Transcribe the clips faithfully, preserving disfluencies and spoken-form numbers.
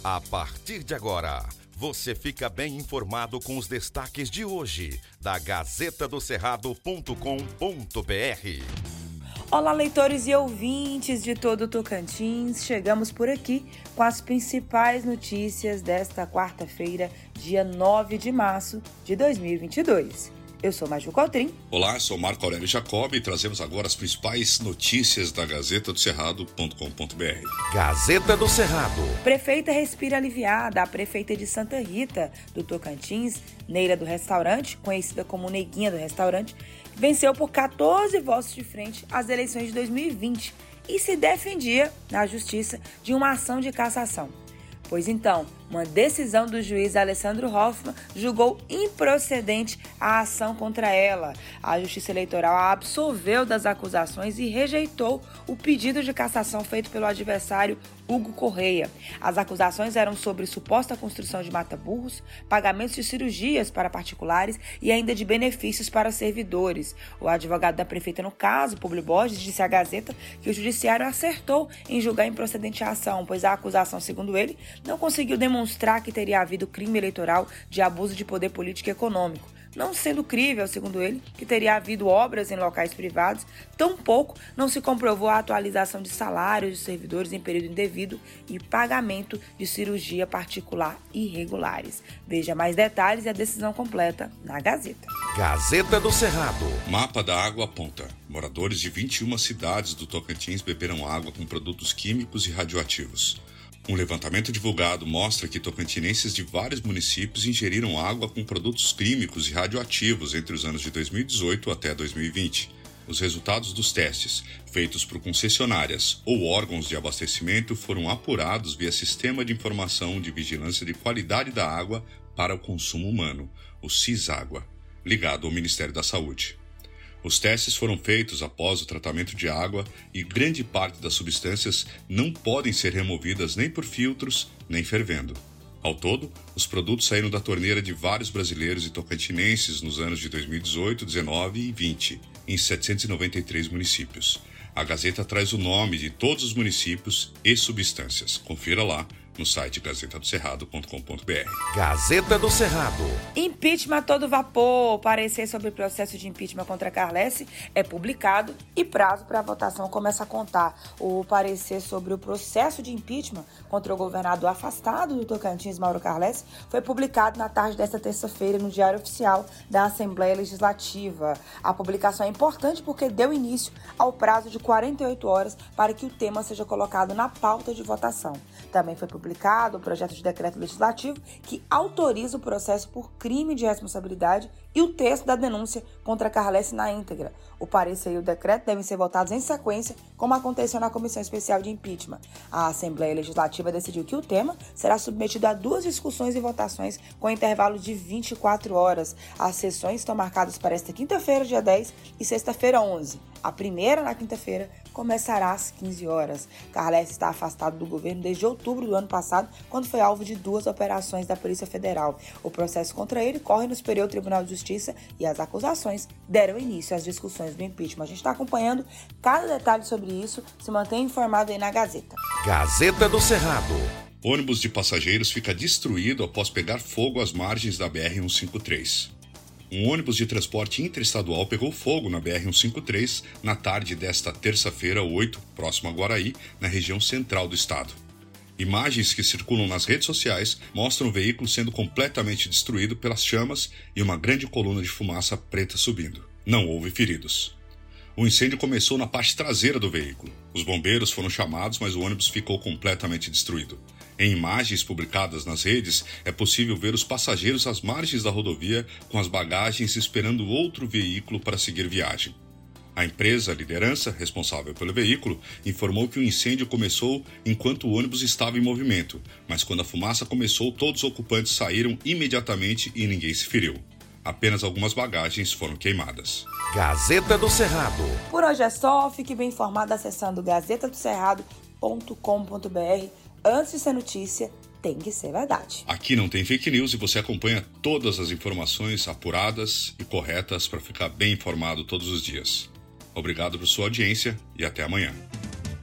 A partir de agora, você fica bem informado com os destaques de hoje da Gazeta do Cerrado ponto com ponto br. Olá, leitores e ouvintes de todo o Tocantins. Chegamos por aqui com as principais notícias desta quarta-feira, dia nove de março de dois mil e vinte e dois. Eu sou Maju Cotrim. Olá, sou Marco Aurélio Jacob e trazemos agora as principais notícias da Gazeta do Cerrado ponto com ponto br. Gazeta do Cerrado. Prefeita respira aliviada. A prefeita de Santa Rita, do Tocantins, Neila do Restaurante, conhecida como Neguinha do Restaurante, venceu por catorze votos de frente as eleições de dois mil e vinte e se defendia na justiça de uma ação de cassação. Pois então, uma decisão do juiz Alessandro Hoffman julgou improcedente a ação contra ela. A Justiça Eleitoral a absolveu das acusações e rejeitou o pedido de cassação feito pelo adversário Hugo Correia. As acusações eram sobre suposta construção de mata-burros, pagamentos de cirurgias para particulares e ainda de benefícios para servidores. O advogado da prefeita no caso, Públio Borges, disse à Gazeta que o judiciário acertou em julgar improcedente a ação, pois a acusação, segundo ele, não conseguiu demonstrar que teria havido crime eleitoral de abuso de poder político e econômico, não sendo crível, segundo ele, que teria havido obras em locais privados, tampouco não se comprovou a atualização de salários de servidores em período indevido e pagamento de cirurgia particular irregulares. Veja mais detalhes e a decisão completa na Gazeta. Gazeta do Cerrado. Mapa da água aponta. Moradores de vinte e uma cidades do Tocantins beberam água com produtos químicos e radioativos. Um levantamento divulgado mostra que tocantinenses de vários municípios ingeriram água com produtos químicos e radioativos entre os anos de dois mil e dezoito até dois mil e vinte. Os resultados dos testes, feitos por concessionárias ou órgãos de abastecimento, foram apurados via Sistema de Informação de Vigilância de Qualidade da Água para o Consumo Humano, o SISÁGUA, ligado ao Ministério da Saúde. Os testes foram feitos após o tratamento de água e grande parte das substâncias não podem ser removidas nem por filtros, nem fervendo. Ao todo, os produtos saíram da torneira de vários brasileiros e tocantinenses nos anos de dois mil e dezoito, dezenove e vinte, em setecentos e noventa e três municípios. A Gazeta traz o nome de todos os municípios e substâncias. Confira lá no site gazeta do cerrado ponto com ponto br. Gazeta do Cerrado. Impeachment a todo vapor. O parecer sobre o processo de impeachment contra Carlesse é publicado e prazo para a votação começa a contar. O parecer sobre o processo de impeachment contra o governador afastado do Tocantins, Mauro Carlesse, foi publicado na tarde desta terça-feira no Diário Oficial da Assembleia Legislativa. A publicação é importante porque deu início ao prazo de quarenta e oito horas para que o tema seja colocado na pauta de votação. Também foi publicado publicado o projeto de decreto legislativo que autoriza o processo por crime de responsabilidade e o texto da denúncia contra Carlesse na íntegra. O parecer e o decreto devem ser votados em sequência, como aconteceu na Comissão Especial de Impeachment. A Assembleia Legislativa decidiu que o tema será submetido a duas discussões e votações com intervalo de vinte e quatro horas. As sessões estão marcadas para esta quinta-feira, dia dez, e sexta-feira, onze. A primeira, na quinta-feira, começará às quinze horas. Carlesse está afastado do governo desde outubro do ano passado, quando foi alvo de duas operações da Polícia Federal. O processo contra ele corre no Superior Tribunal de Justiça e as acusações deram início às discussões do impeachment. A gente está acompanhando cada detalhe sobre isso. Se mantenha informado aí na Gazeta. Gazeta do Cerrado. Ônibus de passageiros fica destruído após pegar fogo às margens da B R cento e cinquenta e três. Um ônibus de transporte interestadual pegou fogo na B R cento e cinquenta e três na tarde desta terça-feira, oito, próximo a Guaraí, na região central do estado. Imagens que circulam nas redes sociais mostram o veículo sendo completamente destruído pelas chamas e uma grande coluna de fumaça preta subindo. Não houve feridos. O incêndio começou na parte traseira do veículo. Os bombeiros foram chamados, mas o ônibus ficou completamente destruído. Em imagens publicadas nas redes, é possível ver os passageiros às margens da rodovia com as bagagens esperando outro veículo para seguir viagem. A empresa, a liderança, responsável pelo veículo, informou que o incêndio começou enquanto o ônibus estava em movimento, mas quando a fumaça começou, todos os ocupantes saíram imediatamente e ninguém se feriu. Apenas algumas bagagens foram queimadas. Gazeta do Cerrado. Por hoje é só. Fique bem informado acessando gazeta do cerrado ponto com ponto br. Antes de ser notícia, tem que ser verdade. Aqui não tem fake news e você acompanha todas as informações apuradas e corretas para ficar bem informado todos os dias. Obrigado por sua audiência e até amanhã.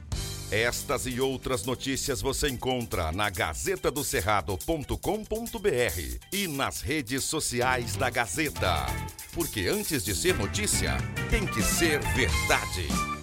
Estas e outras notícias você encontra na gazeta do cerrado ponto com ponto br e nas redes sociais da Gazeta. Porque antes de ser notícia, tem que ser verdade.